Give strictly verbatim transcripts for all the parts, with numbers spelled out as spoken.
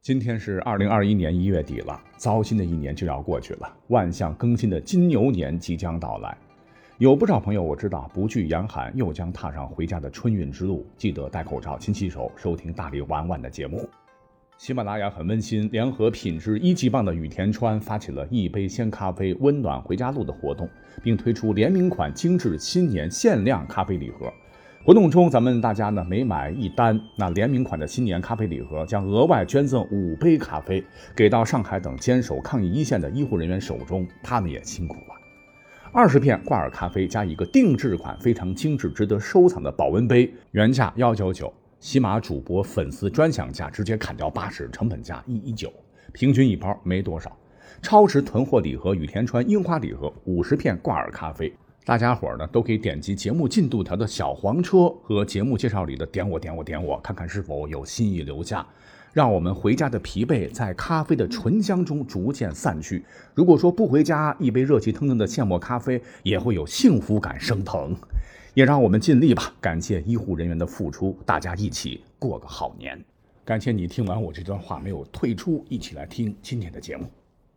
今天是二零二一年一月底了，糟心的一年就要过去了，万象更新的金牛年即将到来。有不少朋友我知道不惧严寒，又将踏上回家的春运之路，记得戴口罩、勤洗手，收听大力玩玩的节目。喜马拉雅很温馨，联合品质一级棒的雨田川发起了一杯鲜咖啡温暖回家路的活动，并推出联名款精致新年限量咖啡礼盒。活动中，咱们大家呢每买一单，那联名款的新年咖啡礼盒将额外捐赠五杯咖啡，给到上海等坚守抗疫一线的医护人员手中，他们也辛苦了。二十片挂耳咖啡加一个定制款非常精致、值得收藏的保温杯，原价一百九十九，喜马主播粉丝专享价直接砍掉八十，成本价一百一十九，平均一包没多少。超值囤货礼盒雨田川樱花礼盒五十片挂耳咖啡。大家伙呢都可以点击节目进度条的小黄车和节目介绍里的点我点我点我，看看是否有心意留下，让我们回家的疲惫在咖啡的醇香中逐渐散去。如果说不回家，一杯热气腾腾的现磨咖啡也会有幸福感升腾。也让我们尽力吧，感谢医护人员的付出，大家一起过个好年。感谢你听完我这段话没有退出，一起来听今天的节目。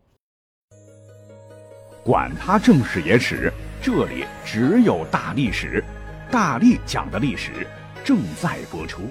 管他正史野史，这里只有大历史，大力讲的历史正在播出。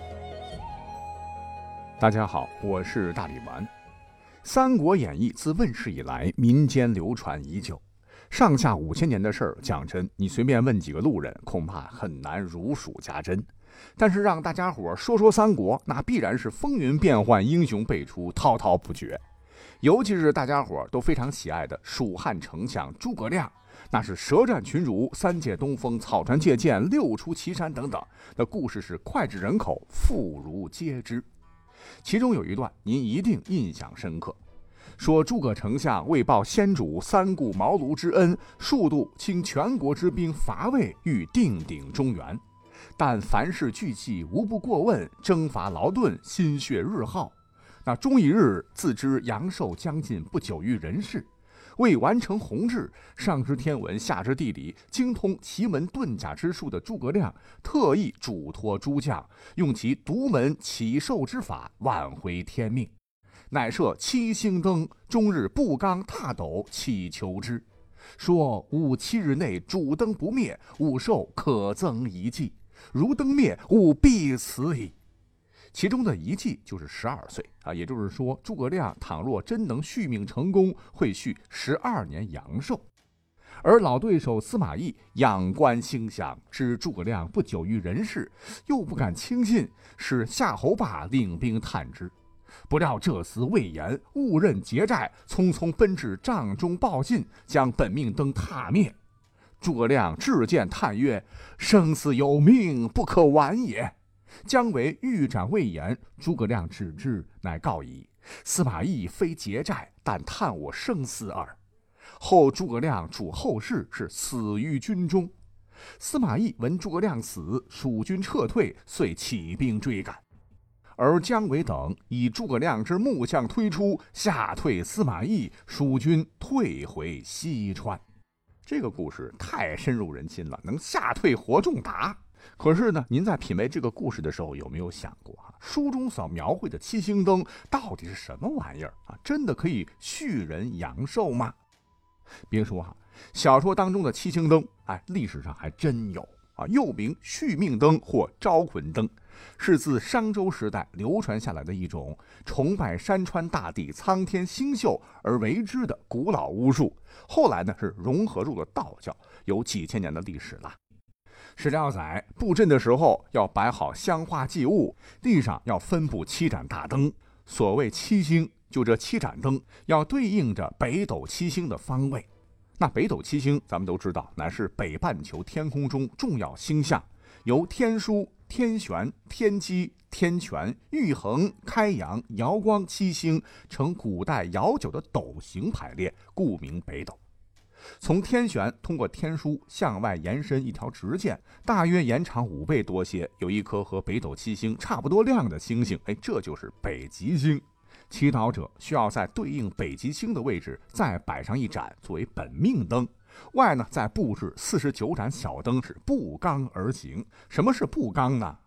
大家好，我是大力丸。 三国演义自问世以来，民间流传已久，上下五千年的事儿，讲真，你随便问几个路人，恐怕很难如数家珍。但是让大家伙说说三国，那必然是风云变幻，英雄辈出，滔滔不绝。尤其是大家伙都非常喜爱的蜀汉丞相诸葛亮，那是舌战群儒，三借东风，草船借箭，六出祁山等等，那故事是脍炙人口，妇孺皆知。其中有一段您一定印象深刻，说诸葛丞相为报先主三顾茅庐之恩，数度倾全国之兵伐魏，欲定鼎中原，但凡事俱计，无不过问，征伐劳顿，心血日耗。那终一日，自知阳寿将近，不久于人世，为完成宏志，上知天文，下知地理，精通奇门遁甲之术的诸葛亮，特意嘱托诸将，用其独门起寿之法，挽回天命。乃设七星灯，终日不刚踏斗，祈求之。说吾七日内主灯不灭，吾寿可增一计，如灯灭，吾必死矣。其中的一计就是十二岁啊，也就是说，诸葛亮倘若真能续命成功，会续十二年阳寿。而老对手司马懿仰观星象，知诸葛亮不久于人世，又不敢轻信，使夏侯霸领兵探之。不料这厮未言，误认劫寨，匆匆奔至帐中报信，将本命灯踏灭。诸葛亮至见叹曰：“生死有命，不可挽也。”将为欲斩未言，诸葛亮止之，乃告以司马懿非劫寨，但探我生死耳。后诸葛亮主后事，是死于军中。司马懿闻诸葛亮死，蜀军撤退，遂起兵追赶。而姜维等以诸葛亮之木像推出，吓退司马懿，蜀军退回西川。这个故事太深入人心了，能吓退活仲达。可是呢，您在品味这个故事的时候，有没有想过啊？书中所描绘的七星灯到底是什么玩意儿啊？真的可以续人阳寿吗？别说哈、啊，小说当中的七星灯，哎，历史上还真有啊，又名续命灯或招魂灯，是自商周时代流传下来的一种崇拜山川大地、苍天星宿而为之的古老巫术。后来呢，是融合入了道教，有几千年的历史了。史料载，布阵的时候要摆好香花祭物，地上要分布七盏大灯。所谓七星，就这七盏灯要对应着北斗七星的方位。那北斗七星咱们都知道，乃是北半球天空中重要星象，由天枢、天璇、天机、天权、玉衡、开阳、瑶光七星呈古代瑶九的斗形排列，故名北斗。从天璇通过天枢向外延伸一条直线，大约延长五倍多些，有一颗和北斗七星差不多亮的星星，哎，这就是北极星。祈祷者需要在对应北极星的位置再摆上一盏作为本命灯，外呢再布置四十九盏小灯，是不刚而行。什么是不刚呢？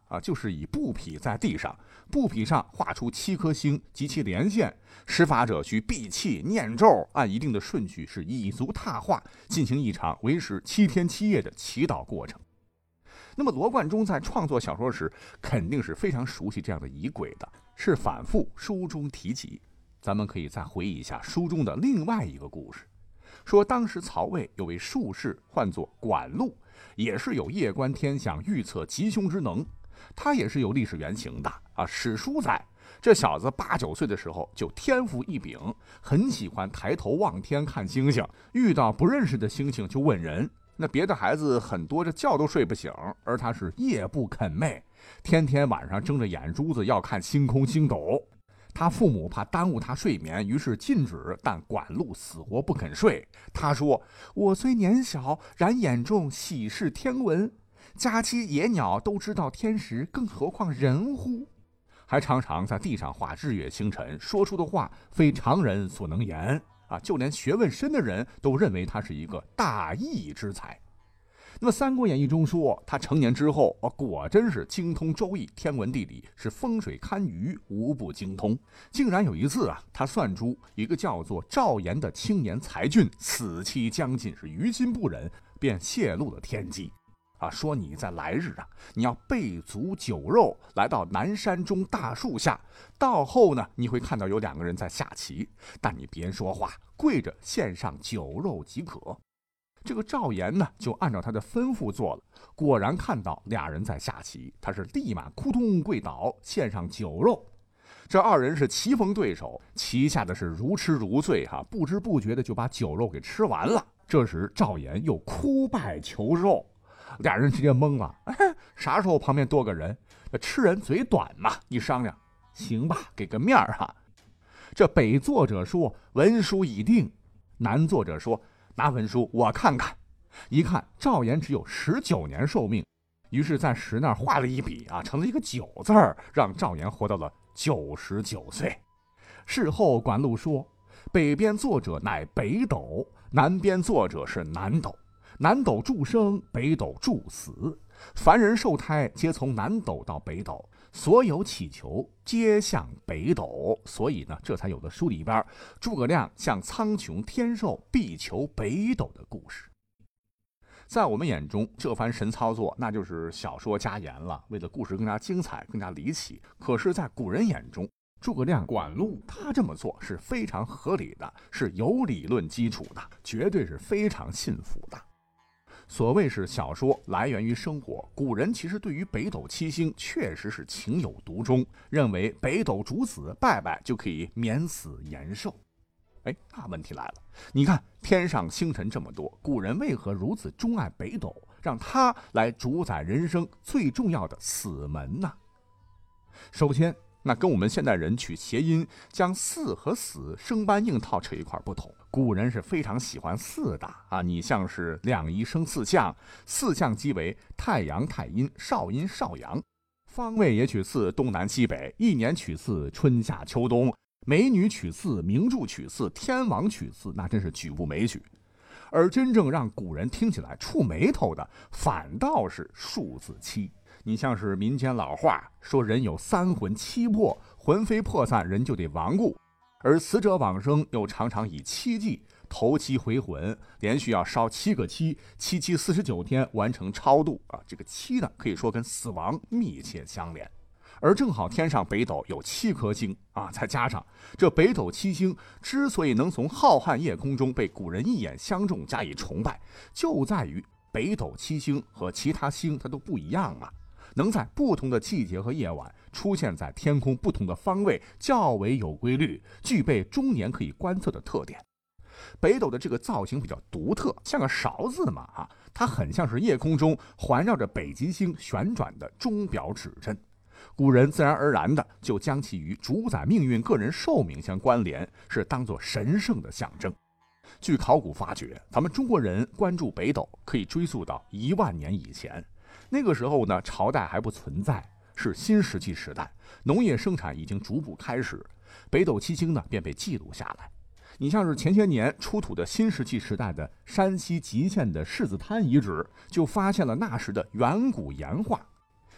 啊，就是以布匹在地上，布匹上画出七颗星及其连线，施法者需闭气念咒，按一定的顺序是以足踏画，进行一场为时七天七夜的祈祷过程。那么罗贯中在创作小说时肯定是非常熟悉这样的仪轨的，是反复书中提及。咱们可以再回忆一下书中的另外一个故事，说当时曹魏有位术士唤作管路，也是有夜观天象预测吉凶之能，他也是有历史原型的啊。史书载这小子八九岁的时候就天赋异禀，很喜欢抬头望天看星星，遇到不认识的星星就问人。那别的孩子很多这觉都睡不醒，而他是夜不肯寐，天天晚上睁着眼珠子要看星空星斗。他父母怕耽误他睡眠，于是禁止，但管路死活不肯睡。他说：我虽年小，然眼中喜视天文，家鸡野鸟都知道天时，更何况人乎？还常常在地上画日月星辰，说出的话非常人所能言啊！就连学问深的人都认为他是一个大义之才。那么《三国演义》中说，他成年之后，果真是精通周易、天文地理，是风水堪舆，无不精通。竟然有一次啊，他算出一个叫做赵岩的青年才俊死期将近，是于心不忍，便泄露了天机啊，说你在来日啊，你要备足酒肉，来到南山中大树下，到后呢，你会看到有两个人在下棋，但你别说话，跪着献上酒肉即可。这个赵岩呢，就按照他的吩咐做了，果然看到俩人在下棋，他是立马扑通跪倒，献上酒肉。这二人是棋逢对手，棋下的是如痴如醉哈，不知不觉的就把酒肉给吃完了。这时赵岩又哭拜求肉，俩人直接懵了，哎，啥时候旁边多个人？吃人嘴短嘛，一商量，行吧，给个面儿哈。这北作者说文书已定，南作者说拿文书我看看。一看赵岩只有十九年寿命，于是在石那儿画了一笔啊，成了一个九字儿，让赵岩活到了九十九岁。事后管路说，北边作者乃北斗，南边作者是南斗，南斗助生，北斗助死，凡人受胎皆从南斗到北斗，所有祈求皆向北斗，所以呢，这才有了书里边诸葛亮向苍穹天寿必求北斗的故事。在我们眼中，这番神操作那就是小说加盐了，为了故事更加精彩、更加离奇。可是，在古人眼中，诸葛亮、管路他这么做是非常合理的，是有理论基础的，绝对是非常信服的。所谓是小说来源于生活，古人其实对于北斗七星确实是情有独钟，认为北斗主死，拜拜就可以免死延寿。哎，那问题来了，你看天上星辰这么多，古人为何如此钟爱北斗，让它来主宰人生最重要的死门呢？首先，那跟我们现代人取谐音，将四和死生搬硬套扯一块不同。古人是非常喜欢四的啊，你像是两仪生四象，四象即为太阳、太阴、少阴、少阳，方位也取四，东南西北，一年取四，春夏秋冬，美女取四，名著取四，天王取四，那真是举步枚举。而真正让古人听起来触眉头的，反倒是数字七。你像是民间老话说，人有三魂七魄，魂飞魄散，人就得亡故。而死者往生又常常以七祭头七回魂，连续要烧七个七，七七四十九天完成超度啊！这个七呢，可以说跟死亡密切相连。而正好天上北斗有七颗星啊，再加上这北斗七星之所以能从浩瀚夜空中被古人一眼相中加以崇拜，就在于北斗七星和其他星它都不一样啊，能在不同的季节和夜晚出现在天空不同的方位，较为有规律，具备终年可以观测的特点。北斗的这个造型比较独特，像个勺子嘛啊，它很像是夜空中环绕着北极星旋转的钟表指针。古人自然而然的就将其与主宰命运、个人寿命相关联，是当作神圣的象征。据考古发掘，咱们中国人关注北斗可以追溯到一万年以前。那个时候呢，朝代还不存在，是新石器时代，农业生产已经逐步开始，北斗七星呢便被记录下来。你像是前些年出土的新石器时代的山西吉县的柿子滩遗址，就发现了那时的远古岩画。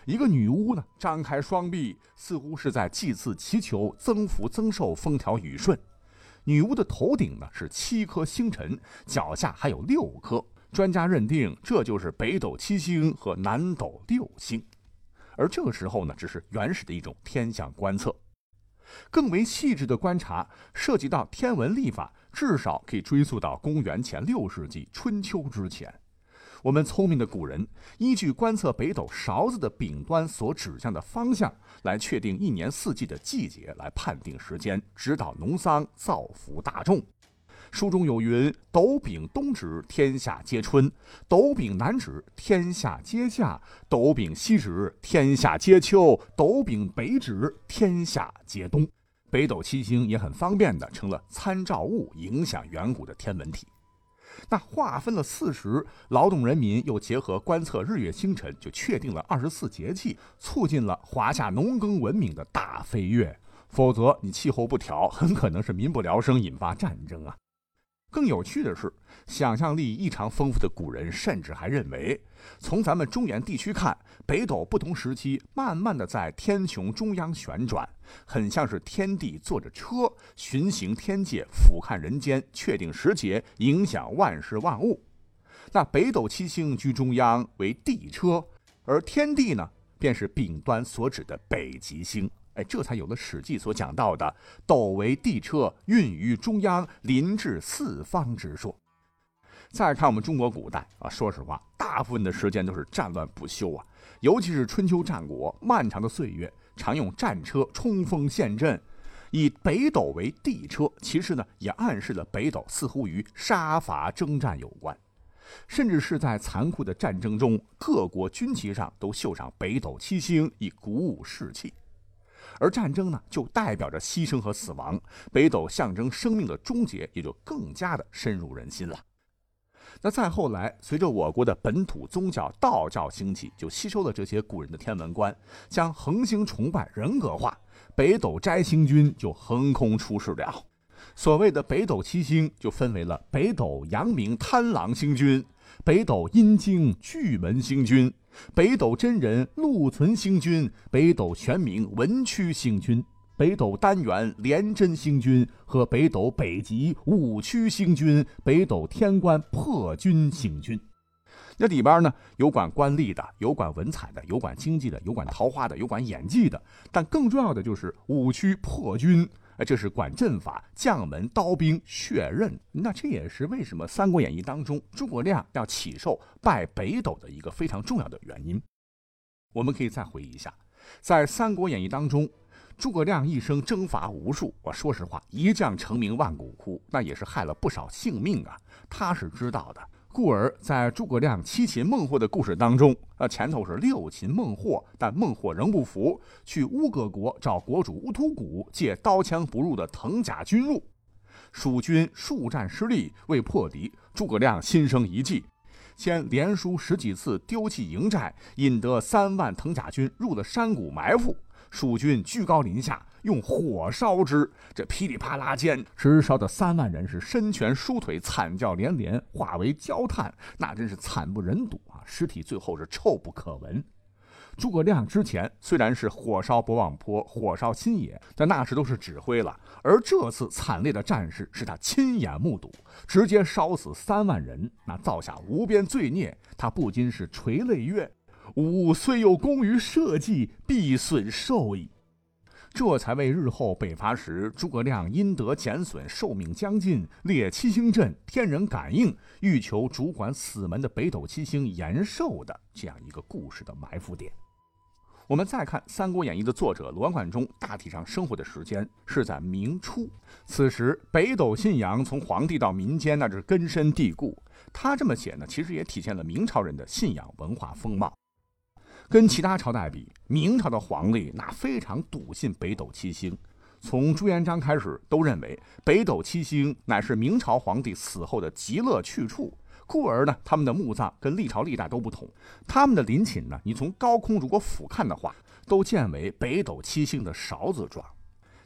一个女巫呢，张开双臂，似乎是在祭祀祈求增福增寿、风调雨顺。女巫的头顶呢是七颗星辰，脚下还有六颗，专家认定这就是北斗七星和南斗六星。而这个时候呢，只是原始的一种天象观测。更为细致的观察涉及到天文历法，至少可以追溯到公元前六世纪春秋之前。我们聪明的古人依据观测北斗勺子的柄端所指向的方向，来确定一年四季的季节，来判定时间，指导农桑，造福大众。书中有云：斗柄东指，天下皆春；斗柄南指，天下皆夏；斗柄西指，天下皆秋；斗柄北指，天下皆冬。北斗七星也很方便的成了参照物，影响远古的天文体。那划分了四时，劳动人民又结合观测日月星辰，就确定了二十四节气，促进了华夏农耕文明的大飞跃。否则你气候不调，很可能是民不聊生，引发战争啊。更有趣的是，想象力异常丰富的古人甚至还认为，从咱们中原地区看，北斗不同时期慢慢的在天穹中央旋转，很像是天帝坐着车巡行天界，俯瞰人间，确定时节，影响万事万物。那北斗七星居中央为地车，而天帝呢，便是柄端所指的北极星。哎，这才有了《史记》所讲到的“斗为地车，运于中央，临至四方”之说。再看我们中国古代啊，说实话，大部分的时间都是战乱不休啊，尤其是春秋战国漫长的岁月，常用战车冲锋陷阵。以北斗为地车，其实呢也暗示了北斗似乎与杀伐征战有关。甚至是在残酷的战争中，各国军旗上都绣上北斗七星，以鼓舞士气。而战争呢，就代表着牺牲和死亡，北斗象征生命的终结，也就更加的深入人心了。那再后来，随着我国的本土宗教道教兴起，就吸收了这些古人的天文观，将恒星崇拜人格化，北斗摘星君就横空出世了。所谓的北斗七星就分为了北斗阳明贪狼星君、北斗阴经巨门星君、北斗真人禄存星君、北斗玄冥文曲星君、北斗单元廉贞星君和北斗北极武曲星君、北斗天官破军星君。那里边呢，有管官吏的，有管文采的，有管经济的，有管桃花的，有管演技的，但更重要的就是武曲破军，这是管阵法、将门、刀兵、血刃。那这也是为什么《三国演义》当中诸葛亮要起受拜北斗的一个非常重要的原因。我们可以再回忆一下，在《三国演义》当中，诸葛亮一生征伐无数，我说实话，一将成名万骨枯，那也是害了不少性命啊，他是知道的。故而在诸葛亮七擒孟获的故事当中，呃，前头是六擒孟获，但孟获仍不服，去乌葛国找国主乌突古借刀枪不入的藤甲军入。蜀军数战失利，为破敌，诸葛亮心生一计，先连输十几次，丢弃营寨，引得三万藤甲军入了山谷埋伏。蜀军居高临下，用火烧之，这噼里啪啦间，直烧的三万人是身拳舒腿，惨叫连连，化为焦炭，那真是惨不忍睹啊！尸体最后是臭不可闻。诸葛亮之前虽然是火烧博望坡、火烧新野，但那时都是指挥了，而这次惨烈的战事是他亲眼目睹，直接烧死三万人，那造下无边罪孽，他不禁是垂泪曰：吾虽有功于社稷，必损寿矣。这才为日后北伐时诸葛亮因得减损，寿命将近，列七星阵，天人感应，欲求主管死门的北斗七星延寿的这样一个故事的埋伏点。我们再看《三国演义》的作者罗贯中大体上生活的时间是在明初，此时北斗信仰从皇帝到民间那是根深蒂固。他这么写呢，其实也体现了明朝人的信仰文化风貌。跟其他朝代比，明朝的皇帝那非常笃信北斗七星，从朱元璋开始都认为北斗七星乃是明朝皇帝死后的极乐去处，故而呢，他们的墓葬跟历朝历代都不同。他们的陵寝呢，你从高空如果俯瞰的话，都建为北斗七星的勺子状。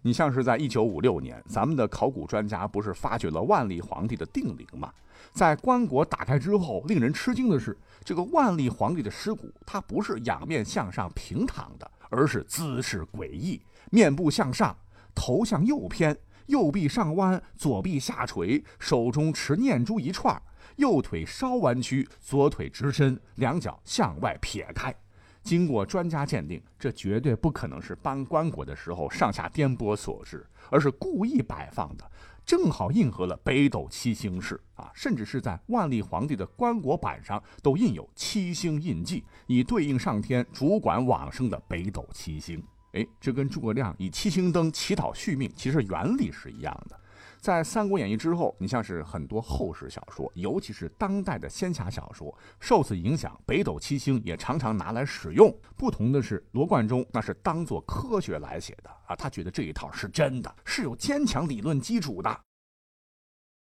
你像是在一九五六年，咱们的考古专家不是发掘了万历皇帝的定陵吗？在棺椁打开之后，令人吃惊的是，这个万历皇帝的尸骨，它不是仰面向上平躺的，而是姿势诡异，面部向上，头向右偏，右臂上弯，左臂下垂，手中持念珠一串，右腿稍弯曲，左腿直伸，两脚向外撇开。经过专家鉴定，这绝对不可能是搬棺椁的时候上下颠簸所致，而是故意摆放的，正好应和了北斗七星式啊！甚至是在万历皇帝的棺椁板上都印有七星印记，以对应上天主管往生的北斗七星。哎，这跟诸葛亮以七星灯祈祷续命其实原理是一样的。在《三国演义》之后，你像是很多后世小说，尤其是当代的仙侠小说，受此影响，北斗七星也常常拿来使用。不同的是，罗贯中那是当作科学来写的啊，他觉得这一套是真的，是有坚强理论基础的。